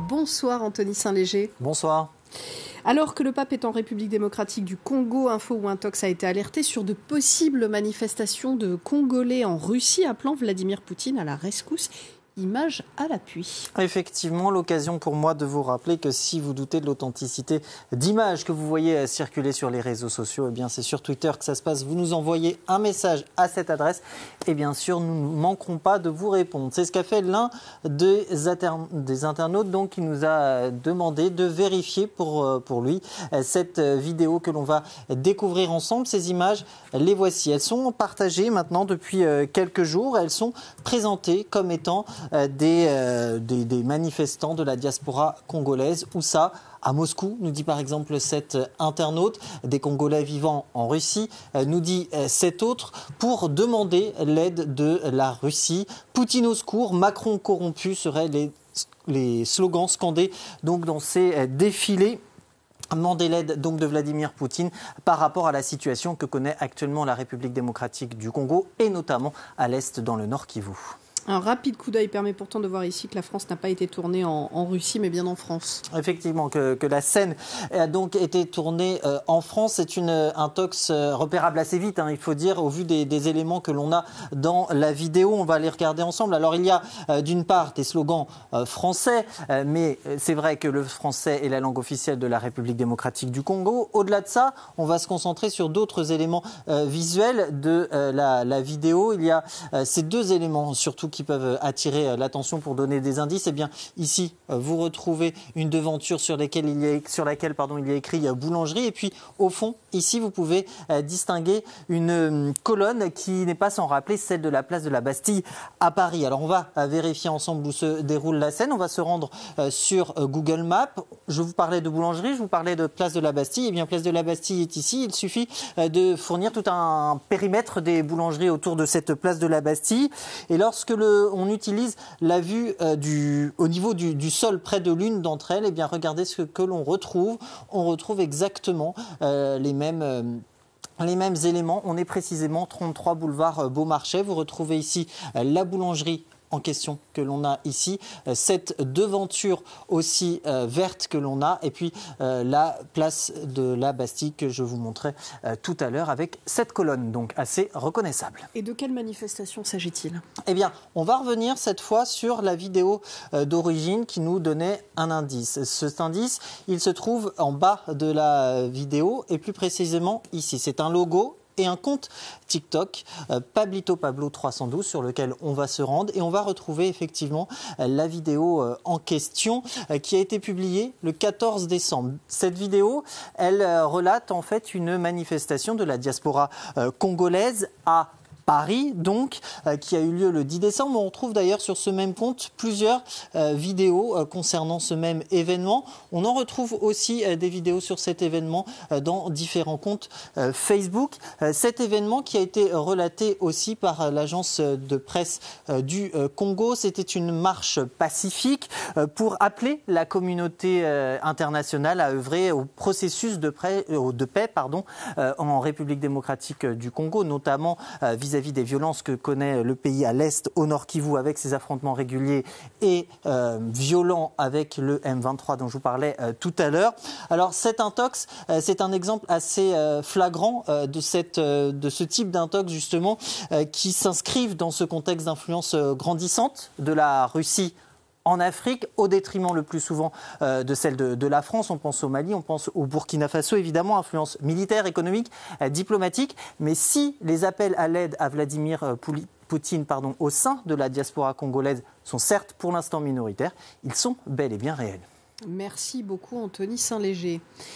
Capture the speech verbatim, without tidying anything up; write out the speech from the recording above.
Bonsoir Anthony Saint-Léger. Bonsoir. Alors que le pape est en République démocratique du Congo, Info ou Intox a été alerté sur de possibles manifestations de Congolais en Russie appelant Vladimir Poutine à la rescousse. Images à l'appui. Effectivement, l'occasion pour moi de vous rappeler que si vous doutez de l'authenticité d'images que vous voyez circuler sur les réseaux sociaux, eh bien c'est sur Twitter que ça se passe. Vous nous envoyez un message à cette adresse et bien sûr, nous ne manquerons pas de vous répondre. C'est ce qu'a fait l'un des, des internautes donc, qui nous a demandé de vérifier pour, pour lui cette vidéo que l'on va découvrir ensemble. Ces images, les voici. Elles sont partagées maintenant depuis quelques jours. Elles sont présentées comme étant Des, euh, des, des manifestants de la diaspora congolaise. Où ça ? À Moscou, nous dit par exemple cet internaute. Des Congolais vivant en Russie, euh, nous dit euh, cet autre, pour demander l'aide de la Russie. Poutine au secours, Macron corrompu seraient les, les slogans scandés donc, dans ces euh, défilés. Demander l'aide donc de Vladimir Poutine par rapport à la situation que connaît actuellement la République démocratique du Congo et notamment à l'est dans le Nord Kivu. Un rapide coup d'œil permet pourtant de voir ici que la France n'a pas été tournée en, en Russie, mais bien en France. Effectivement, que, que la scène a donc été tournée euh, en France. C'est une intox euh, repérable assez vite, hein, il faut dire, au vu des, des éléments que l'on a dans la vidéo. On va les regarder ensemble. Alors, il y a euh, d'une part des slogans euh, français, euh, mais c'est vrai que le français est la langue officielle de la République démocratique du Congo. Au-delà de ça, on va se concentrer sur d'autres éléments euh, visuels de euh, la, la vidéo. Il y a euh, ces deux éléments, surtout, qui peuvent attirer l'attention pour donner des indices. Eh bien, ici, vous retrouvez une devanture sur, lesquelles il y a, sur laquelle pardon, il y a écrit boulangerie. Et puis, au fond, ici, vous pouvez distinguer une colonne qui n'est pas sans rappeler celle de la place de la Bastille à Paris. Alors, on va vérifier ensemble où se déroule la scène. On va se rendre sur Google Maps. Je vous parlais de boulangerie, je vous parlais de place de la Bastille. Eh bien, place de la Bastille est ici. Il suffit de fournir tout un périmètre des boulangeries autour de cette place de la Bastille. Et lorsque le on utilise la vue euh, du, au niveau du, du sol près de l'une d'entre elles, et bien regardez ce que l'on retrouve. On retrouve exactement euh, les mêmes... Euh, Les mêmes éléments. On est précisément trente-trois boulevard Beaumarchais. Vous retrouvez ici euh, la boulangerie en question que l'on a ici, cette devanture aussi euh, verte que l'on a, et puis euh, la place de la Bastille que je vous montrais euh, tout à l'heure avec cette colonne, donc assez reconnaissable. Et de quelle manifestation s'agit-il ? Eh bien, on va revenir cette fois sur la vidéo euh, d'origine qui nous donnait un indice. Cet indice, il se trouve en bas de la vidéo et plus précisément ici. C'est un logo et un compte TikTok, euh, Pablito Pablo trois cent douze, sur lequel on va se rendre et on va retrouver effectivement euh, la vidéo euh, en question euh, qui a été publiée le quatorze décembre. Cette vidéo, elle euh, relate en fait une manifestation de la diaspora euh, congolaise à Paris, donc, euh, qui a eu lieu le dix décembre. On retrouve d'ailleurs sur ce même compte plusieurs euh, vidéos euh, concernant ce même événement. On en retrouve aussi euh, des vidéos sur cet événement euh, dans différents comptes euh, Facebook. Euh, cet événement qui a été relaté aussi par euh, l'agence de presse euh, du euh, Congo, c'était une marche pacifique euh, pour appeler la communauté euh, internationale à œuvrer au processus de, pré- euh, de paix pardon, euh, en République démocratique du Congo, notamment euh, vis-à-vis vis-à-vis des violences que connaît le pays à l'est, au nord Kivu, avec ses affrontements réguliers et euh, violents avec le M vingt-trois dont je vous parlais euh, tout à l'heure. Alors cet intox, euh, c'est un exemple assez euh, flagrant euh, de, cette, euh, de ce type d'intox justement euh, qui s'inscrivent dans ce contexte d'influence euh, grandissante de la Russie en Afrique, au détriment le plus souvent euh, de celle de, de la France. On pense au Mali, on pense au Burkina Faso, évidemment, influence militaire, économique, euh, diplomatique. Mais si les appels à l'aide à Vladimir euh, Poutine pardon, au sein de la diaspora congolaise sont certes pour l'instant minoritaires, ils sont bel et bien réels. Merci beaucoup Anthony Saint-Léger.